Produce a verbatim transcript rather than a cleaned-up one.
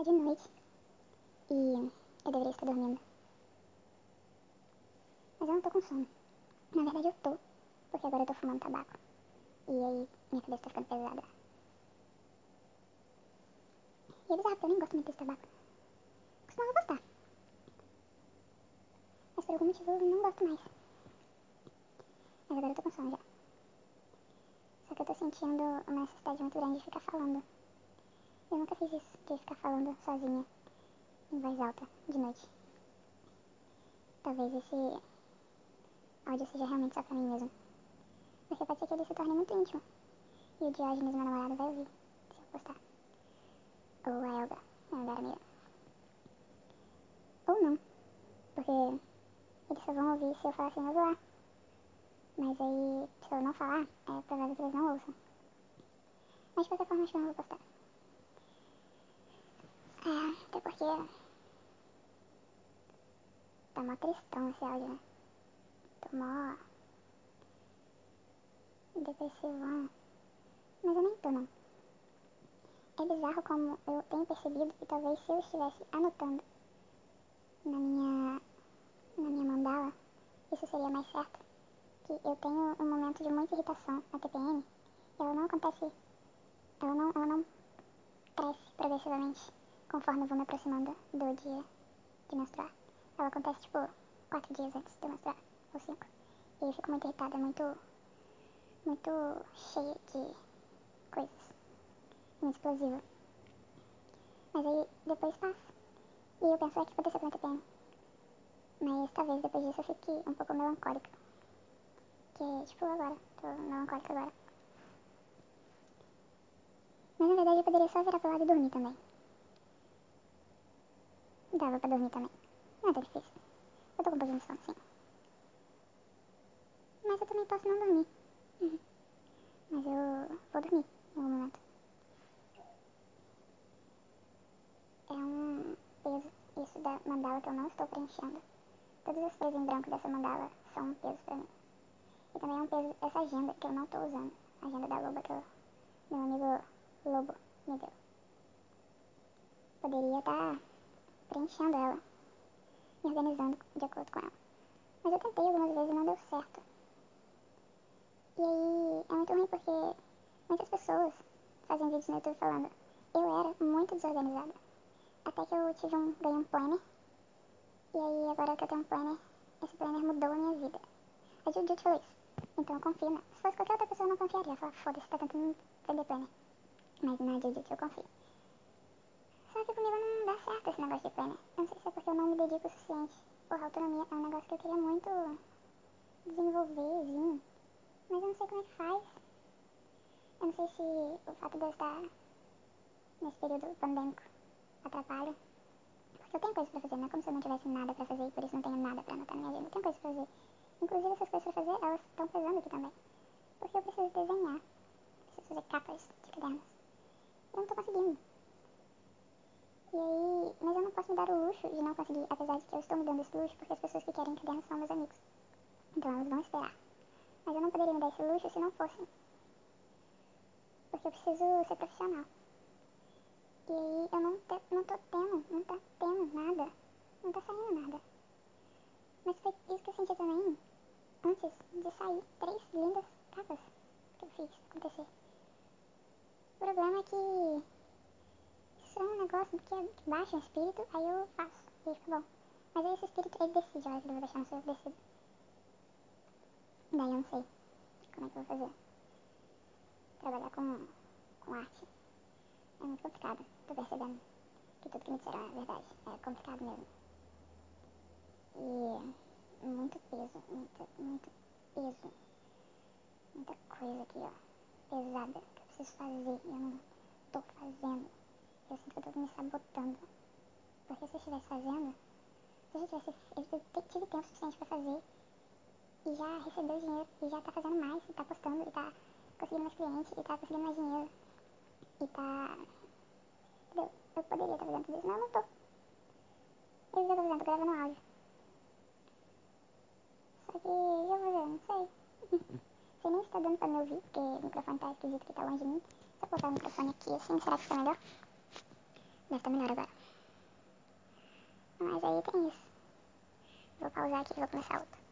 de noite e eu deveria estar dormindo. Mas eu não tô com sono. Na verdade eu tô, porque agora eu tô fumando tabaco. E aí minha cabeça tá ficando pesada. E é bizarro, porque eu nem gosto muito desse tabaco. Costumava gostar. Mas por algum motivo eu não gosto mais. Mas agora eu tô com sono já. Só que eu tô sentindo uma necessidade muito grande de ficar falando. Eu nunca fiz isso, de ficar falando sozinha, em voz alta, de noite. Talvez esse áudio seja realmente só pra mim mesmo. Porque pode ser que ele se torne muito íntimo. E o Diógenes, meu namorado, vai ouvir, se eu postar. Ou a Elga, minha melhor amiga. Ou não, porque eles só vão ouvir se eu falar assim, eu zoar. Mas aí, se eu não falar, é provável que eles não ouçam. Mas de qualquer forma, acho que eu não vou postar. É, até porque tá mó tristão esse áudio, né? Tô mó depressivona. Mas eu nem tô, não. É bizarro como eu tenho percebido que talvez se eu estivesse anotando na minha, na minha mandala, isso seria mais certo. Que eu tenho um momento de muita irritação na T P M e ela não acontece, ela não, ela não cresce progressivamente conforme eu vou me aproximando do dia de menstruar. Ela acontece tipo quatro dias antes de eu menstruar, ou cinco. E eu fico muito irritada, muito, muito cheia de coisas, muito explosiva. Mas aí depois passa. E eu penso, é que aconteceu com a T P M. Mas talvez depois disso eu fique um pouco melancólica. Que tipo agora, tô melancólica agora. Mas na verdade eu poderia só virar pro lado e dormir também. Dava pra dormir também. Não é tão difícil. Eu tô com um pouquinho de sono, sim. Mas eu também posso não dormir. Uhum. Mas eu vou dormir em algum momento. É um peso, isso da mandala que eu não estou preenchendo. Todas as coisas em branco dessa mandala são um peso pra mim. E também é um peso essa agenda que eu não tô usando. A agenda da Loba que eu, meu amigo Lobo me deu. Poderia estar preenchendo ela, me organizando de acordo com ela. Mas eu tentei algumas vezes e não deu certo. E aí é muito ruim porque muitas pessoas fazem vídeos no YouTube falando eu era muito desorganizada. Até que eu tive um, ganhei um planner. E aí agora que eu tenho um planner, esse planner mudou a minha vida. A Judith falou isso. Então eu confio nela. Se fosse qualquer outra pessoa eu não confiaria. Eu falava, foda-se, tá tentando vender planner. Mas na Judith eu confio. Só que comigo não dá certo esse negócio de planner. Eu não sei se é porque eu não me dedico o suficiente. Porra, a autonomia é um negócio que eu queria muito desenvolverzinho. Mas eu não sei como é que faz. Eu não sei se o fato de eu estar nesse período pandêmico atrapalha. Porque eu tenho coisas pra fazer, não é como se eu não tivesse nada pra fazer e por isso não tenho nada pra anotar na minha agenda. Eu tenho coisas pra fazer. Inclusive essas coisas pra fazer, elas estão pesando aqui também. Porque eu preciso desenhar. Preciso fazer capas de cadernos. Eu não tô conseguindo. E aí, mas eu não posso me dar o luxo de não conseguir, apesar de que eu estou me dando esse luxo, porque as pessoas que querem cadernos são meus amigos. Então elas vão esperar. Mas eu não poderia me dar esse luxo se não fosse. Porque eu preciso ser profissional. E aí eu não, te, não tô tendo, não tá tendo nada. Não tá saindo nada. Mas foi isso que eu senti também antes de sair três lindas capas que eu fiz acontecer. O problema é que isso é um negócio que, é, que baixa o espírito, aí eu faço. E aí fica bom. Mas aí esse espírito ele decide, olha que eu vou deixar no seu decido. Daí eu não sei como é que eu vou fazer. Trabalhar com, com arte é muito complicado. Tô percebendo que tudo que me disseram é verdade. É complicado mesmo. E muito peso, muito, muito peso. Muita coisa aqui, ó. Pesada que eu preciso fazer e eu não tô fazendo. Eu sinto que eu tô me sabotando. Porque se eu estivesse fazendo, se eu tivesse, eu tive tempo suficiente pra fazer e já recebeu dinheiro e já tá fazendo mais, e tá postando, e tá conseguindo mais clientes, e tá conseguindo mais dinheiro, e tá... Entendeu? Eu poderia estar fazendo tudo isso, mas eu não tô. Eu já tô fazendo, tô gravando áudio. Só que eu vou fazer, não sei. Sei nem se tá dando pra me ouvir, porque o microfone tá esquisito que tá longe de mim. Se eu colocar o microfone aqui assim, será que fica melhor? Deve estar melhor agora. Mas aí tem isso. Vou pausar aqui e vou começar outra.